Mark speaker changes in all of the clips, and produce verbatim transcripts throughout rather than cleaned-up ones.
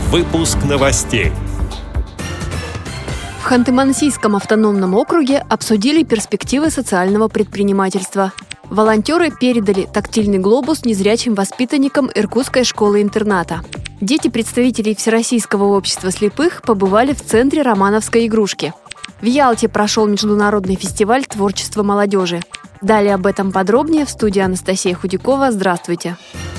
Speaker 1: Выпуск новостей.
Speaker 2: В Ханты-Мансийском автономном округе обсудили перспективы социального предпринимательства. Волонтеры передали тактильный глобус незрячим воспитанникам Иркутской школы-интерната. Дети представителей Всероссийского общества слепых побывали в центре романовской игрушки. В Ялте прошел международный фестиваль творчества молодежи. Далее об этом подробнее в студии Анастасия Худякова. Здравствуйте!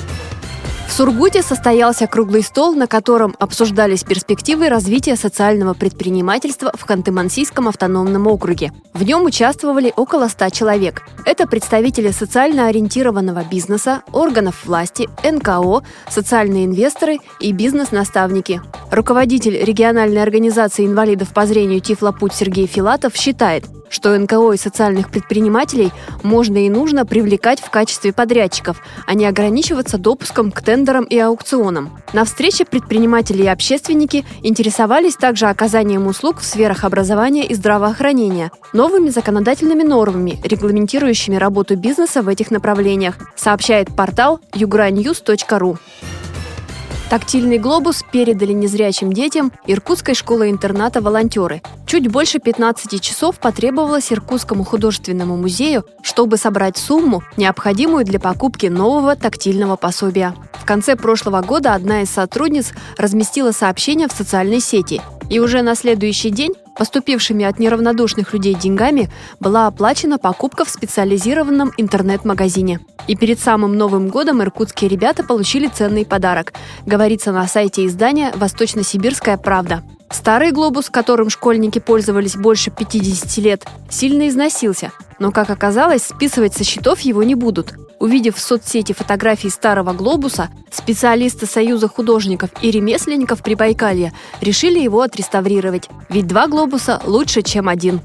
Speaker 2: В Сургуте состоялся круглый стол, на котором обсуждались перспективы развития социального предпринимательства в Ханты-Мансийском автономном округе. В нем участвовали около ста человек. Это представители социально ориентированного бизнеса, органов власти, эн ка о, социальные инвесторы и бизнес-наставники. Руководитель региональной организации инвалидов по зрению «Тифлопуть» Сергей Филатов считает, что эн ка о и социальных предпринимателей можно и нужно привлекать в качестве подрядчиков, а не ограничиваться допуском к тендерам и аукционам. На встрече предприниматели и общественники интересовались также оказанием услуг в сферах образования и здравоохранения, новыми законодательными нормами, регламентирующими работу бизнеса в этих направлениях, сообщает портал юграньюз точка ру. Тактильный глобус передали незрячим детям Иркутской школы-интерната волонтеры. Чуть больше пятнадцати часов потребовалось Иркутскому художественному музею, чтобы собрать сумму, необходимую для покупки нового тактильного пособия. В конце прошлого года одна из сотрудниц разместила сообщение в социальной сети, и уже на следующий день поступившими от неравнодушных людей деньгами была оплачена покупка в специализированном интернет-магазине. И перед самым Новым годом иркутские ребята получили ценный подарок, говорится на сайте издания «Восточно-Сибирская правда». Старый глобус, которым школьники пользовались больше пятидесяти лет, сильно износился, но, как оказалось, списывать со счетов его не будут. Увидев в соцсети фотографии старого глобуса, специалисты Союза художников и ремесленников Прибайкалья решили его отреставрировать, ведь два глобуса лучше, чем один.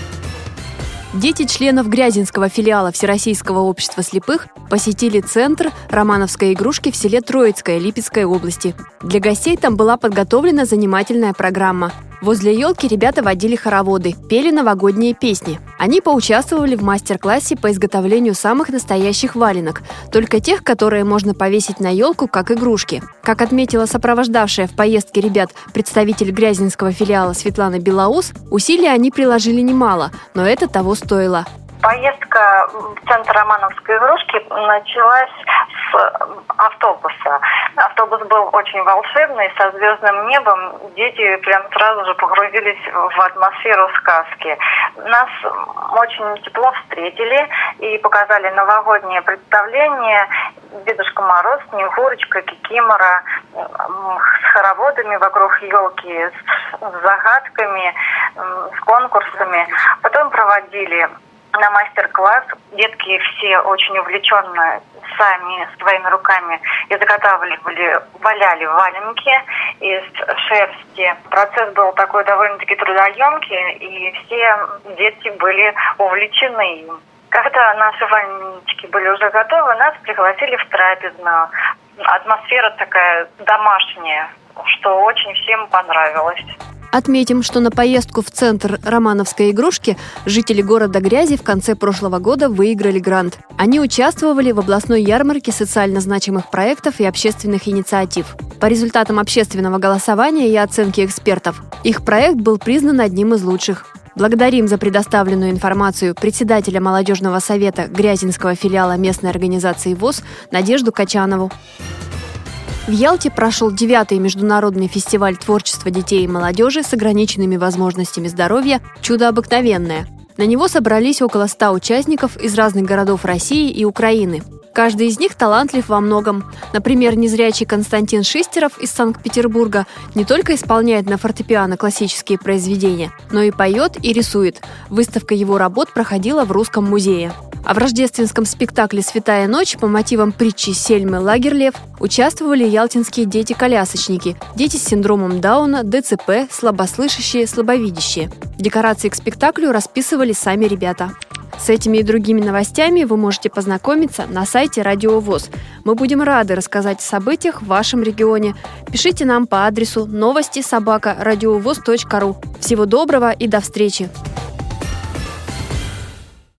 Speaker 2: Дети членов Грязинского филиала Всероссийского общества слепых посетили центр романовской игрушки в селе Троицкое Липецкой области. Для гостей там была подготовлена занимательная программа. Возле елки ребята водили хороводы, пели новогодние песни. Они поучаствовали в мастер-классе по изготовлению самых настоящих валенок, только тех, которые можно повесить на елку, как игрушки. Как отметила сопровождавшая в поездке ребят представитель Грязинского филиала Светлана Белоус, усилий они приложили немало, но это того стоило.
Speaker 3: Поездка в центр романовской игрушки началась с автобуса. Автобус был очень волшебный, со звездным небом. Дети прям сразу же погрузились в атмосферу сказки. Нас очень тепло встретили и показали новогоднее представление. Дедушка Мороз, Снегурочка, Кикимора с хороводами вокруг елки, с загадками, с конкурсами. Потом проводили на мастер-класс. Детки все очень увлеченно сами своими руками изготавливали, валяли валенки из шерсти. Процесс был такой довольно-таки трудоемкий, и все дети были увлечены им. Когда наши валенки были уже готовы, нас пригласили в трапезную. Атмосфера такая домашняя, что очень всем понравилось.
Speaker 2: Отметим, что на поездку в центр романовской игрушки жители города Грязи в конце прошлого года выиграли грант. Они участвовали в областной ярмарке социально значимых проектов и общественных инициатив. По результатам общественного голосования и оценки экспертов, их проект был признан одним из лучших. Благодарим за предоставленную информацию председателя молодежного совета Грязинского филиала местной организации ВОС Надежду Качанову. В Ялте прошел девятый международный фестиваль творчества детей и молодежи с ограниченными возможностями здоровья «Чудо обыкновенное». На него собрались около ста участников из разных городов России и Украины. Каждый из них талантлив во многом. Например, незрячий Константин Шистеров из Санкт-Петербурга не только исполняет на фортепиано классические произведения, но и поет и рисует. Выставка его работ проходила в Русском музее. А в рождественском спектакле «Святая ночь» по мотивам притчи Сельмы Лагерлев участвовали ялтинские дети-колясочники, дети с синдромом Дауна, дэ цэ пэ, слабослышащие, слабовидящие. Декорации к спектаклю расписывали сами ребята. С этими и другими новостями вы можете познакомиться на сайте Радио ВОС. Мы будем рады рассказать о событиях в вашем регионе. Пишите нам по адресу новости собака радиовос точка ру. Всего доброго и до встречи!